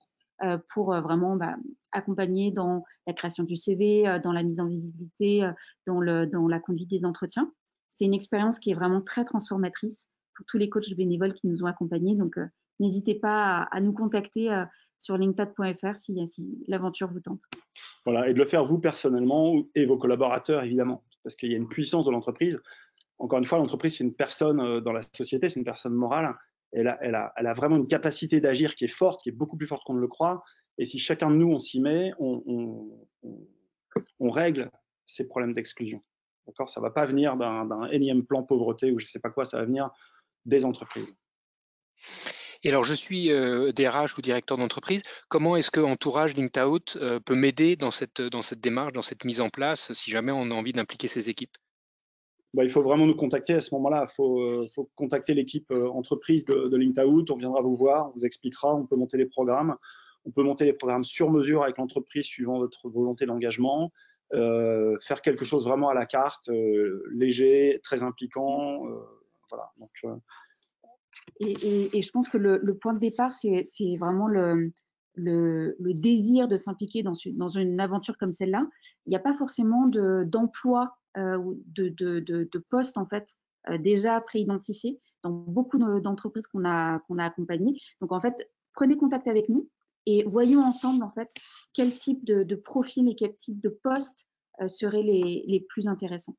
pour vraiment accompagner dans la création du CV, dans la mise en visibilité, dans la conduite des entretiens. C'est une expérience qui est vraiment très transformatrice pour tous les coachs bénévoles qui nous ont accompagnés. Donc, n'hésitez pas à nous contacter sur linkedin.fr si l'aventure vous tente. Voilà, et de le faire vous personnellement et vos collaborateurs, évidemment, parce qu'il y a une puissance de l'entreprise. Encore une fois, l'entreprise, c'est une personne dans la société, c'est une personne morale. Elle a vraiment une capacité d'agir qui est forte, qui est beaucoup plus forte qu'on ne le croit. Et si chacun de nous, on s'y met, on règle ces problèmes d'exclusion. D'accord ? Ça ne va pas venir d'un énième plan pauvreté ou je ne sais pas quoi, ça va venir des entreprises. Et alors, je suis DRH ou directeur d'entreprise. Comment est-ce que Entourage LinkedOut peut m'aider dans cette démarche, dans cette mise en place, si jamais on a envie d'impliquer ces équipes? Il faut vraiment nous contacter à ce moment-là. Il faut contacter l'équipe entreprise de LinkedOut. On viendra vous voir, on vous expliquera. On peut monter les programmes. On peut monter les programmes sur mesure avec l'entreprise suivant votre volonté d'engagement. Faire quelque chose vraiment à la carte, léger, très impliquant. Voilà. Donc, et je pense que le point de départ, c'est vraiment le désir de s'impliquer dans une aventure comme celle-là. Il n'y a pas forcément d'emploi ou de postes en fait déjà préidentifiés dans beaucoup d'entreprises qu'on a accompagnées. Donc en fait, prenez contact avec nous et voyons ensemble en fait quel type de profil et quel type de postes seraient les plus intéressants.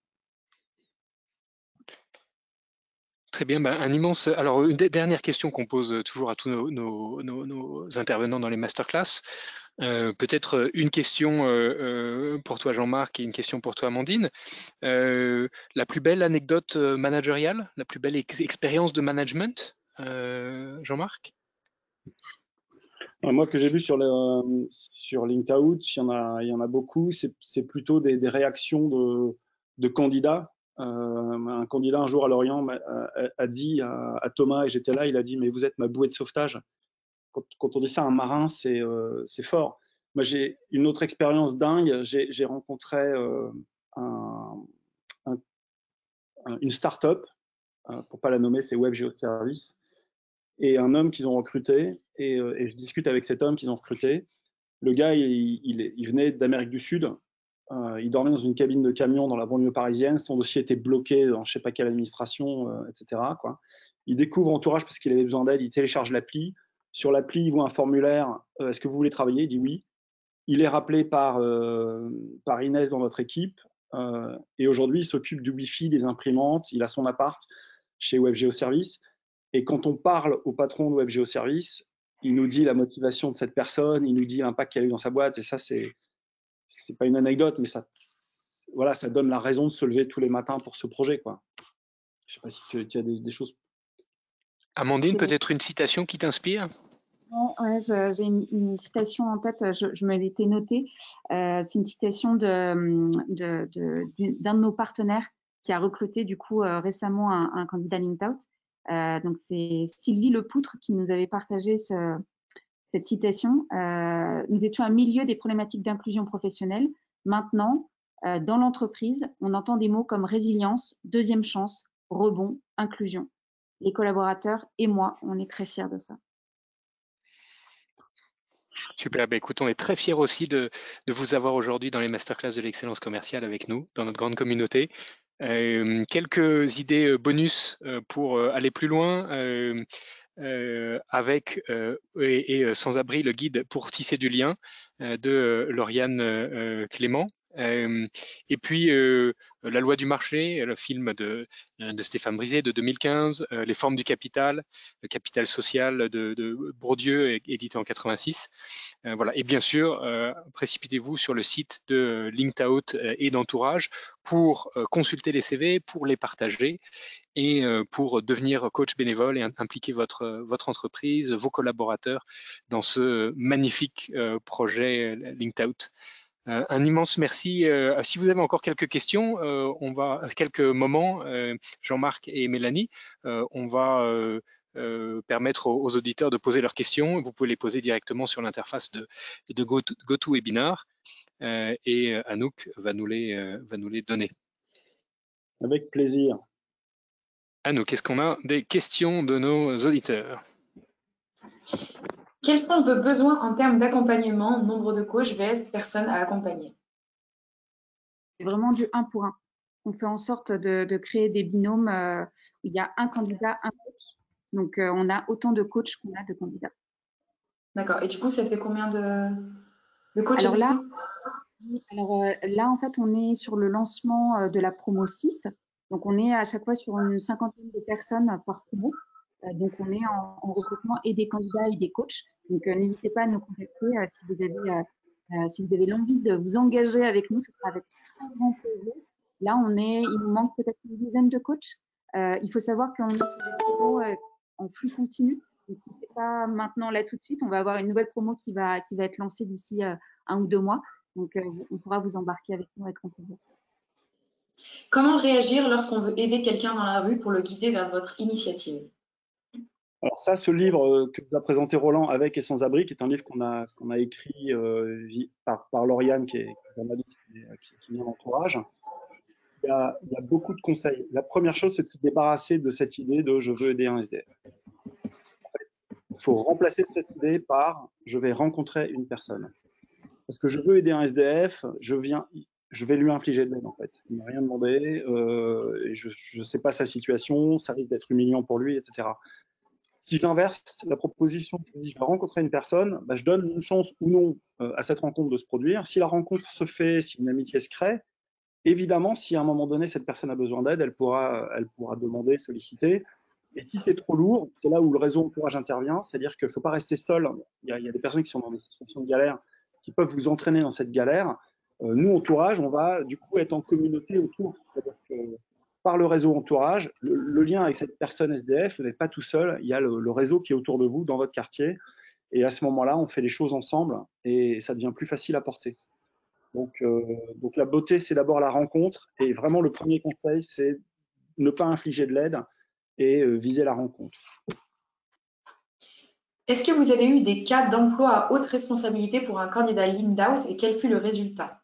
Très bien, un immense. Alors, une dernière question qu'on pose toujours à tous nos intervenants dans les masterclass. Peut-être une question pour toi, Jean-Marc, et une question pour toi, Amandine. La plus belle anecdote managériale, la plus belle expérience de management, Jean-Marc? Moi, que j'ai vu sur LinkedOut, il y en a beaucoup. C'est plutôt des réactions de candidats. Un candidat un jour à Lorient a dit à Thomas, et j'étais là, il a dit « mais vous êtes ma bouée de sauvetage ». Quand on dit ça à un marin, c'est fort. Moi, j'ai une autre expérience dingue. J'ai rencontré une start-up, pour pas la nommer, c'est Web Geoservice, et un homme qu'ils ont recruté, et je discute avec cet homme qu'ils ont recruté. Le gars, il venait d'Amérique du Sud. Il dormait dans une cabine de camion dans la banlieue parisienne. Son dossier était bloqué dans je ne sais pas quelle administration, etc. quoi. Il découvre Entourage parce qu'il avait besoin d'aide. Il télécharge l'appli. Sur l'appli, il voit un formulaire. Est-ce que vous voulez travailler? Il dit oui. Il est rappelé par Inès dans notre équipe. Et aujourd'hui, il s'occupe du Wi-Fi, des imprimantes. Il a son appart chez Web Geoservice. Et quand on parle au patron de Web Geoservice, il nous dit la motivation de cette personne, il nous dit l'impact qu'elle a eu dans sa boîte. Et ça, c'est pas une anecdote, mais ça donne la raison de se lever tous les matins pour ce projet, quoi. Je sais pas si tu as des choses. Amandine, peut-être une citation qui t'inspire? Ouais, j'ai une citation en tête, je me l'étais notée. C'est une citation d'un de nos partenaires qui a recruté du coup récemment un candidat LinkedOut. Donc c'est Sylvie Lepoutre qui nous avait partagé cette citation. Nous étions au milieu des problématiques d'inclusion professionnelle. Maintenant, dans l'entreprise, on entend des mots comme résilience, deuxième chance, rebond, inclusion. Les collaborateurs et moi, on est très fiers de ça. Super, écoute, on est très fiers aussi de vous avoir aujourd'hui dans les masterclass de l'excellence commerciale avec nous, dans notre grande communauté. Quelques idées bonus pour aller plus loin avec et sans abri, le guide pour tisser du lien de Lauriane Clément. Et puis La loi du marché, le film de Stéphane Brisé de 2015, Les formes du capital, le capital social de Bourdieu, édité en 86. Voilà. Et bien sûr, précipitez-vous sur le site de LinkedOut et d'Entourage pour consulter les CV, pour les partager et pour devenir coach bénévole et impliquer votre entreprise, vos collaborateurs dans ce magnifique projet LinkedOut. Un immense merci. Si vous avez encore quelques questions, on va quelques moments, Jean-Marc et Mélanie, on va permettre aux auditeurs de poser leurs questions. Vous pouvez les poser directement sur l'interface de GoToWebinar et Anouk va nous les donner. Avec plaisir. Anouk, est-ce qu'on a des questions de nos auditeurs? Quels sont vos besoins en termes d'accompagnement, nombre de coachs vs personnes à accompagner? C'est vraiment du 1 pour 1. On fait en sorte de créer des binômes où il y a un candidat, un coach. Donc, on a autant de coachs qu'on a de candidats. D'accord. Et du coup, ça fait combien de coachs? Alors là, en fait, on est sur le lancement de la promo 6. Donc, on est à chaque fois sur une cinquantaine de personnes par promo. Donc, on est en recrutement et des candidats et des coachs. Donc, n'hésitez pas à nous contacter si vous avez l'envie de vous engager avec nous. Ce sera avec très grand plaisir. Là, il nous manque peut-être une dizaine de coachs. Il faut savoir qu'on est sur des promos en flux continu. Donc, si c'est pas maintenant, là, tout de suite, on va avoir une nouvelle promo qui va être lancée d'ici 1 ou 2 mois. Donc, on pourra vous embarquer avec nous avec grand plaisir. Comment réagir lorsqu'on veut aider quelqu'un dans la rue pour le guider vers votre initiative? Alors ça, ce livre que vous a présenté Roland, Avec et sans abri, qui est un livre qu'on a écrit par Lauriane, qui est journaliste et qui vient d'Entourage, il y a beaucoup de conseils. La première chose, c'est de se débarrasser de cette idée de « je veux aider un SDF ». En fait, il faut remplacer cette idée par « je vais rencontrer une personne ». Parce que je veux aider un SDF, je vais lui infliger de l'aide, en fait. Il ne m'a rien demandé, et je ne sais pas sa situation, ça risque d'être humiliant pour lui, etc. Si j'inverse la proposition, je dis je vais rencontrer une personne, bah, je donne une chance ou non à cette rencontre de se produire. Si la rencontre se fait, si une amitié se crée, évidemment, si à un moment donné cette personne a besoin d'aide, elle pourra demander, solliciter. Et si c'est trop lourd, c'est là où le réseau Entourage intervient, c'est-à-dire qu'il ne faut pas rester seul. Il y a des personnes qui sont dans des situations de galère, qui peuvent vous entraîner dans cette galère. Nous, Entourage, on va du coup être en communauté autour. C'est-à-dire que par le réseau Entourage, le lien avec cette personne SDF, vous n'êtes pas tout seul, il y a le réseau qui est autour de vous, dans votre quartier, et à ce moment-là, on fait les choses ensemble, et ça devient plus facile à porter. Donc la beauté, c'est d'abord la rencontre, et vraiment le premier conseil, c'est ne pas infliger de l'aide et viser la rencontre. Est-ce que vous avez eu des cas d'emploi à haute responsabilité pour un candidat linked out et quel fut le résultat?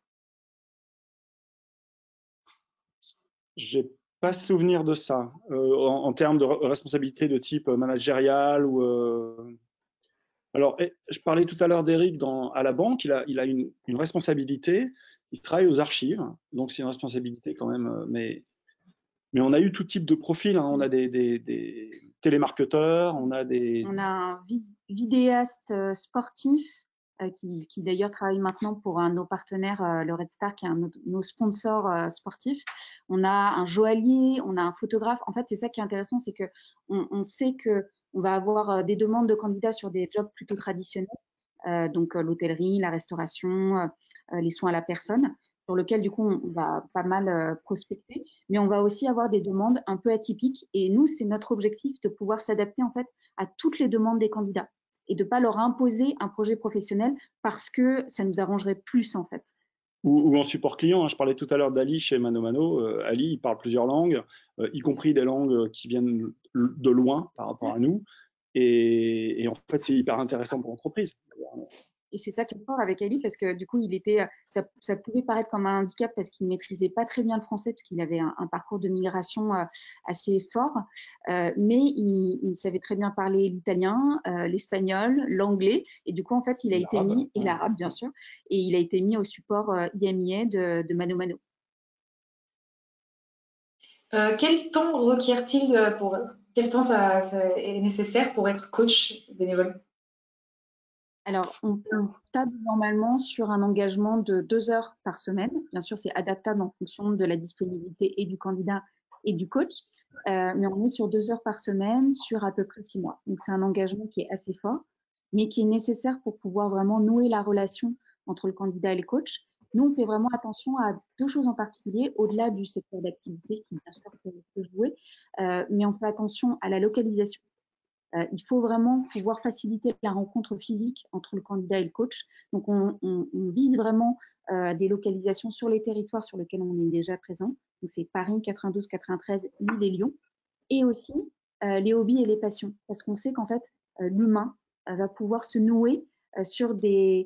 J'ai pas souvenir de ça, en termes de responsabilité de type managérial ou. Alors, je parlais tout à l'heure d'Eric à la banque, il a une responsabilité, il travaille aux archives, donc c'est une responsabilité quand même, mais on a eu tout type de profils, hein. On a des télémarketeurs, on a un vidéaste sportif qui d'ailleurs travaille maintenant pour un de nos partenaires, le Red Star, qui est un de nos sponsors sportifs. On a un joaillier, on a un photographe. En fait, c'est ça qui est intéressant, c'est qu'on sait qu'on va avoir des demandes de candidats sur des jobs plutôt traditionnels, donc l'hôtellerie, la restauration, les soins à la personne, sur lequel du coup on va pas mal prospecter, mais on va aussi avoir des demandes un peu atypiques. Et nous, c'est notre objectif de pouvoir s'adapter en fait à toutes les demandes des candidats et de pas leur imposer un projet professionnel parce que ça nous arrangerait plus en fait. Ou en support client, hein. Je parlais tout à l'heure d'Ali chez Mano Mano. Ali, il parle plusieurs langues, y compris des langues qui viennent de loin par rapport à nous. Et en fait, c'est hyper intéressant pour l'entreprise. Et c'est ça qui est fort avec Ali, parce que du coup, ça pouvait paraître comme un handicap parce qu'il ne maîtrisait pas très bien le français, parce qu'il avait un parcours de migration assez fort, mais il savait très bien parler l'italien, l'espagnol, l'anglais, et du coup, en fait, il a été mis, et l'arabe, bien sûr, et il a été mis au support IMIA de Mano Mano. Quel temps requiert-il quel temps ça est nécessaire pour être coach bénévole? Alors, on table normalement sur un engagement de 2 heures par semaine. Bien sûr, c'est adaptable en fonction de la disponibilité et du candidat et du coach, mais on est sur 2 heures par semaine sur à peu près 6 mois. Donc, c'est un engagement qui est assez fort, mais qui est nécessaire pour pouvoir vraiment nouer la relation entre le candidat et le coach. Nous, on fait vraiment attention à 2 choses en particulier, au-delà du secteur d'activité qui, bien sûr, peut jouer, mais on fait attention à la localisation. Il faut vraiment pouvoir faciliter la rencontre physique entre le candidat et le coach. Donc, on vise vraiment des localisations sur les territoires sur lesquels on est déjà présent. Donc, c'est Paris, 92, 93, Lille et Lyon. Et aussi les hobbies et les passions. Parce qu'on sait qu'en fait, l'humain va pouvoir se nouer sur des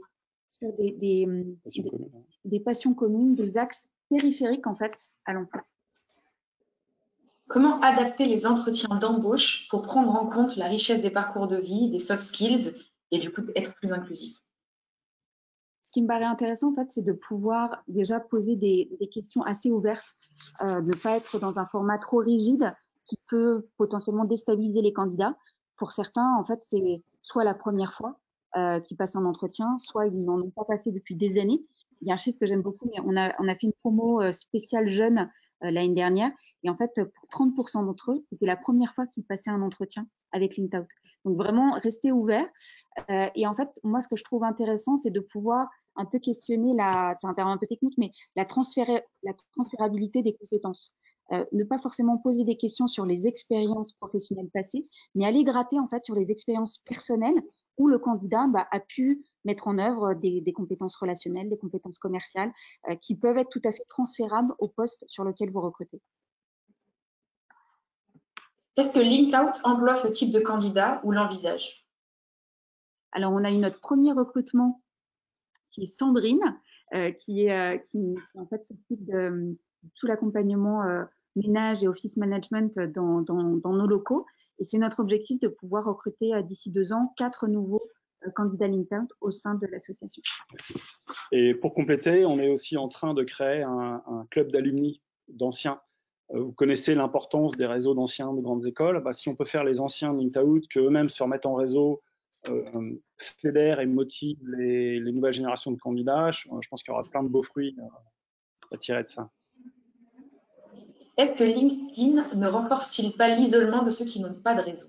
passions communes, des axes périphériques en fait à l'emploi. Comment adapter les entretiens d'embauche pour prendre en compte la richesse des parcours de vie, des soft skills et du coup être plus inclusif. Ce qui me paraît intéressant, en fait, c'est de pouvoir déjà poser des questions assez ouvertes, ne pas être dans un format trop rigide qui peut potentiellement déstabiliser les candidats. Pour certains, en fait, c'est soit la première fois qu'ils passent un entretien, soit ils n'en ont pas passé depuis des années. Il y a un chiffre que j'aime beaucoup, mais on a fait une promo spéciale jeune l'année dernière, et en fait, pour 30% d'entre eux, c'était la première fois qu'ils passaient un entretien avec LinkedOut. Donc vraiment, rester ouvert. Et en fait, moi, ce que je trouve intéressant, c'est de pouvoir un peu questionner c'est un terme un peu technique, mais la transférabilité des compétences. Ne pas forcément poser des questions sur les expériences professionnelles passées, mais aller gratter en fait sur les expériences personnelles où le candidat a pu mettre en œuvre des compétences relationnelles, des compétences commerciales qui peuvent être tout à fait transférables au poste sur lequel vous recrutez. Est-ce que LinkedOut emploie ce type de candidat ou l'envisage? Alors, on a eu notre premier recrutement qui est Sandrine, qui en fait s'occupe de tout l'accompagnement ménage et office management dans nos locaux. Et c'est notre objectif de pouvoir recruter d'ici 2 ans 4 nouveaux candidats LinkedIn au sein de l'association. Et pour compléter, on est aussi en train de créer un club d'alumni d'anciens. Vous connaissez l'importance des réseaux d'anciens de grandes écoles. Si on peut faire les anciens LinkedOut qu'eux-mêmes se remettent en réseau, fédèrent et motivent les nouvelles générations de candidats, je pense qu'il y aura plein de beaux fruits à tirer de ça. Est-ce que LinkedIn ne renforce-t-il pas l'isolement de ceux qui n'ont pas de réseau?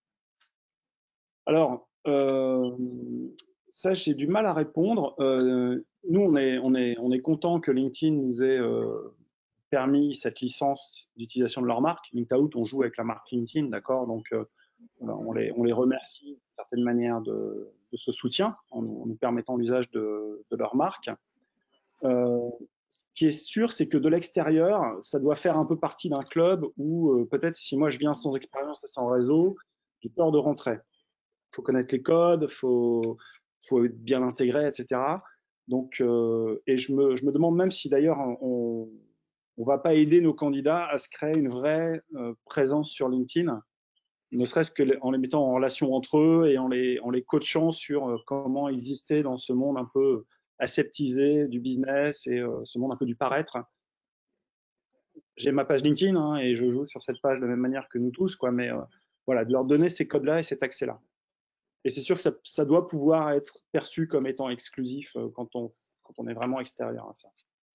Alors, ça, j'ai du mal à répondre. Nous, on est content que LinkedIn nous ait permis cette licence d'utilisation de leur marque. LinkedOut, on joue avec la marque LinkedIn, d'accord? Donc, on les remercie d'une certaine manière de ce soutien en nous permettant l'usage de leur marque. Ce qui est sûr, c'est que de l'extérieur, ça doit faire un peu partie d'un club où peut-être si moi je viens sans expérience et sans réseau, j'ai peur de rentrer. Il faut connaître les codes, il faut être bien intégré, etc. Donc, et je me demande même si d'ailleurs on va pas aider nos candidats à se créer une vraie présence sur LinkedIn, ne serait-ce qu'en les mettant en relation entre eux et en les coachant sur comment exister dans ce monde un peu aseptisé du business et ce monde un peu du paraître. J'ai ma page LinkedIn et je joue sur cette page de la même manière que nous tous, quoi, mais voilà, de leur donner ces codes-là et cet accès-là. Et c'est sûr que ça doit pouvoir être perçu comme étant exclusif quand on est vraiment extérieur à ça.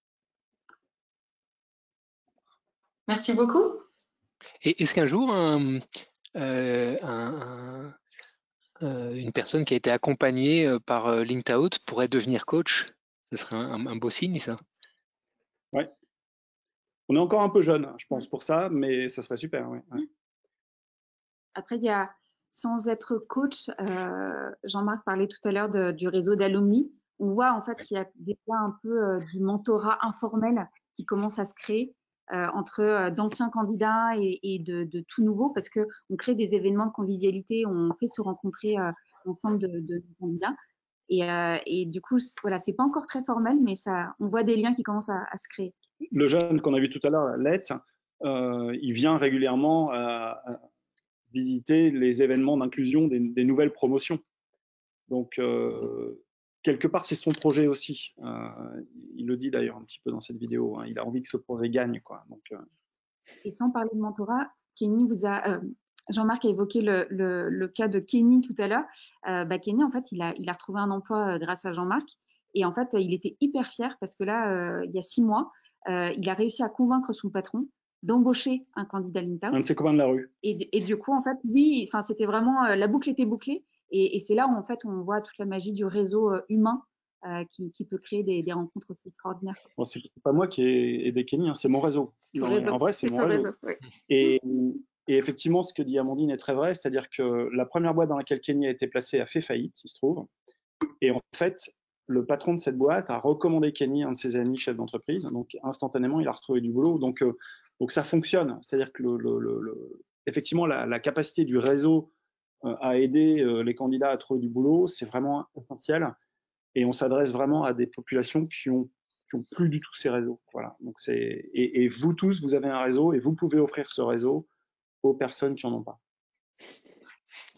Merci beaucoup. Et est-ce qu'un jour, une personne qui a été accompagnée par LinkedOut pourrait devenir coach? Ce serait un beau signe, ça. Ouais. On est encore un peu jeune, je pense, pour ça, mais ça serait super. Ouais. Après, il y a, sans être coach, Jean-Marc parlait tout à l'heure du réseau d'alumni. On voit en fait qu'il y a déjà un peu du mentorat informel qui commence à se créer entre d'anciens candidats et de tout nouveau, parce qu'on crée des événements de convivialité, on fait se rencontrer l'ensemble de candidats. Et du coup, voilà, c'est pas encore très formel, mais on voit des liens qui commencent à se créer. Le jeune qu'on a vu tout à l'heure, Let's, il vient régulièrement visiter les événements d'inclusion des nouvelles promotions. Donc, quelque part, c'est son projet aussi. Il le dit d'ailleurs un petit peu dans cette vidéo. Il a envie que ce projet gagne, quoi. Donc, Et sans parler de mentorat, Kenny Jean-Marc a évoqué le cas de Kenny tout à l'heure. Kenny, en fait, il a retrouvé un emploi grâce à Jean-Marc. Et en fait, il était hyper fier parce que là, il y a 6 mois, il a réussi à convaincre son patron d'embaucher un candidat LinkedIn. Un de ses copains de la rue. Et du coup, en fait, oui, c'était vraiment, la boucle était bouclée. Et c'est là où, en fait, on voit toute la magie du réseau humain qui peut créer des rencontres aussi extraordinaires. Bon, c'est pas moi qui ai aidé Kenny, c'est mon réseau. En vrai, c'est mon réseau. Oui. Et effectivement, ce que dit Amandine est très vrai, c'est-à-dire que la première boîte dans laquelle Kenny a été placé a fait faillite, il se trouve. Et en fait, le patron de cette boîte a recommandé Kenny à un de ses amis chefs d'entreprise. Donc, instantanément, il a retrouvé du boulot. Donc ça fonctionne. C'est-à-dire que effectivement, la capacité du réseau à aider les candidats à trouver du boulot, c'est vraiment essentiel. Et on s'adresse vraiment à des populations qui ont plus du tout ces réseaux. Voilà. Donc et vous tous, vous avez un réseau et vous pouvez offrir ce réseau aux personnes qui n'en ont pas.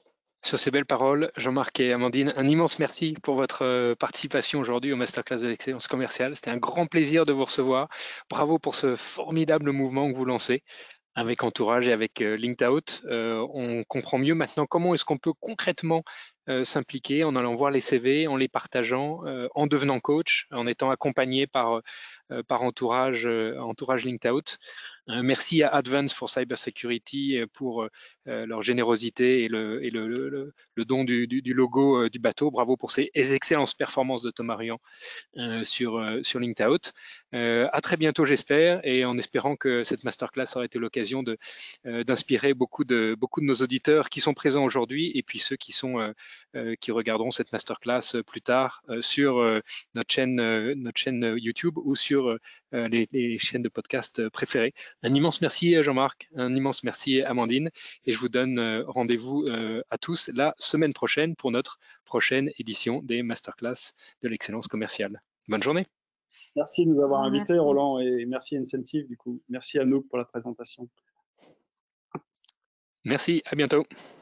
Sur ces belles paroles, Jean-Marc et Amandine, un immense merci pour votre participation aujourd'hui au Masterclass de l'excellence commerciale. C'était un grand plaisir de vous recevoir. Bravo pour ce formidable mouvement que vous lancez avec Entourage et avec LinkedOut. On comprend mieux maintenant comment est-ce qu'on peut concrètement s'impliquer en allant voir les CV, en les partageant, en devenant coach, en étant accompagné par Entourage LinkedOut. Merci à Advance for Cybersecurity pour leur générosité et le don du logo du bateau. Bravo pour ces excellentes performances de Thomas Ryan sur LinkedOut. À très bientôt, j'espère, et en espérant que cette masterclass aura été l'occasion d'inspirer beaucoup de nos auditeurs qui sont présents aujourd'hui et puis ceux qui regarderont cette masterclass plus tard sur notre chaîne YouTube ou sur les chaînes de podcast préférées. Un immense merci Jean-Marc, un immense merci Amandine, et je vous donne rendez-vous à tous la semaine prochaine pour notre prochaine édition des masterclass de l'excellence commerciale. Bonne journée. Merci de nous avoir invités, Merci. Roland, et merci Incentive, du coup. Merci à nous pour la présentation. Merci, à bientôt.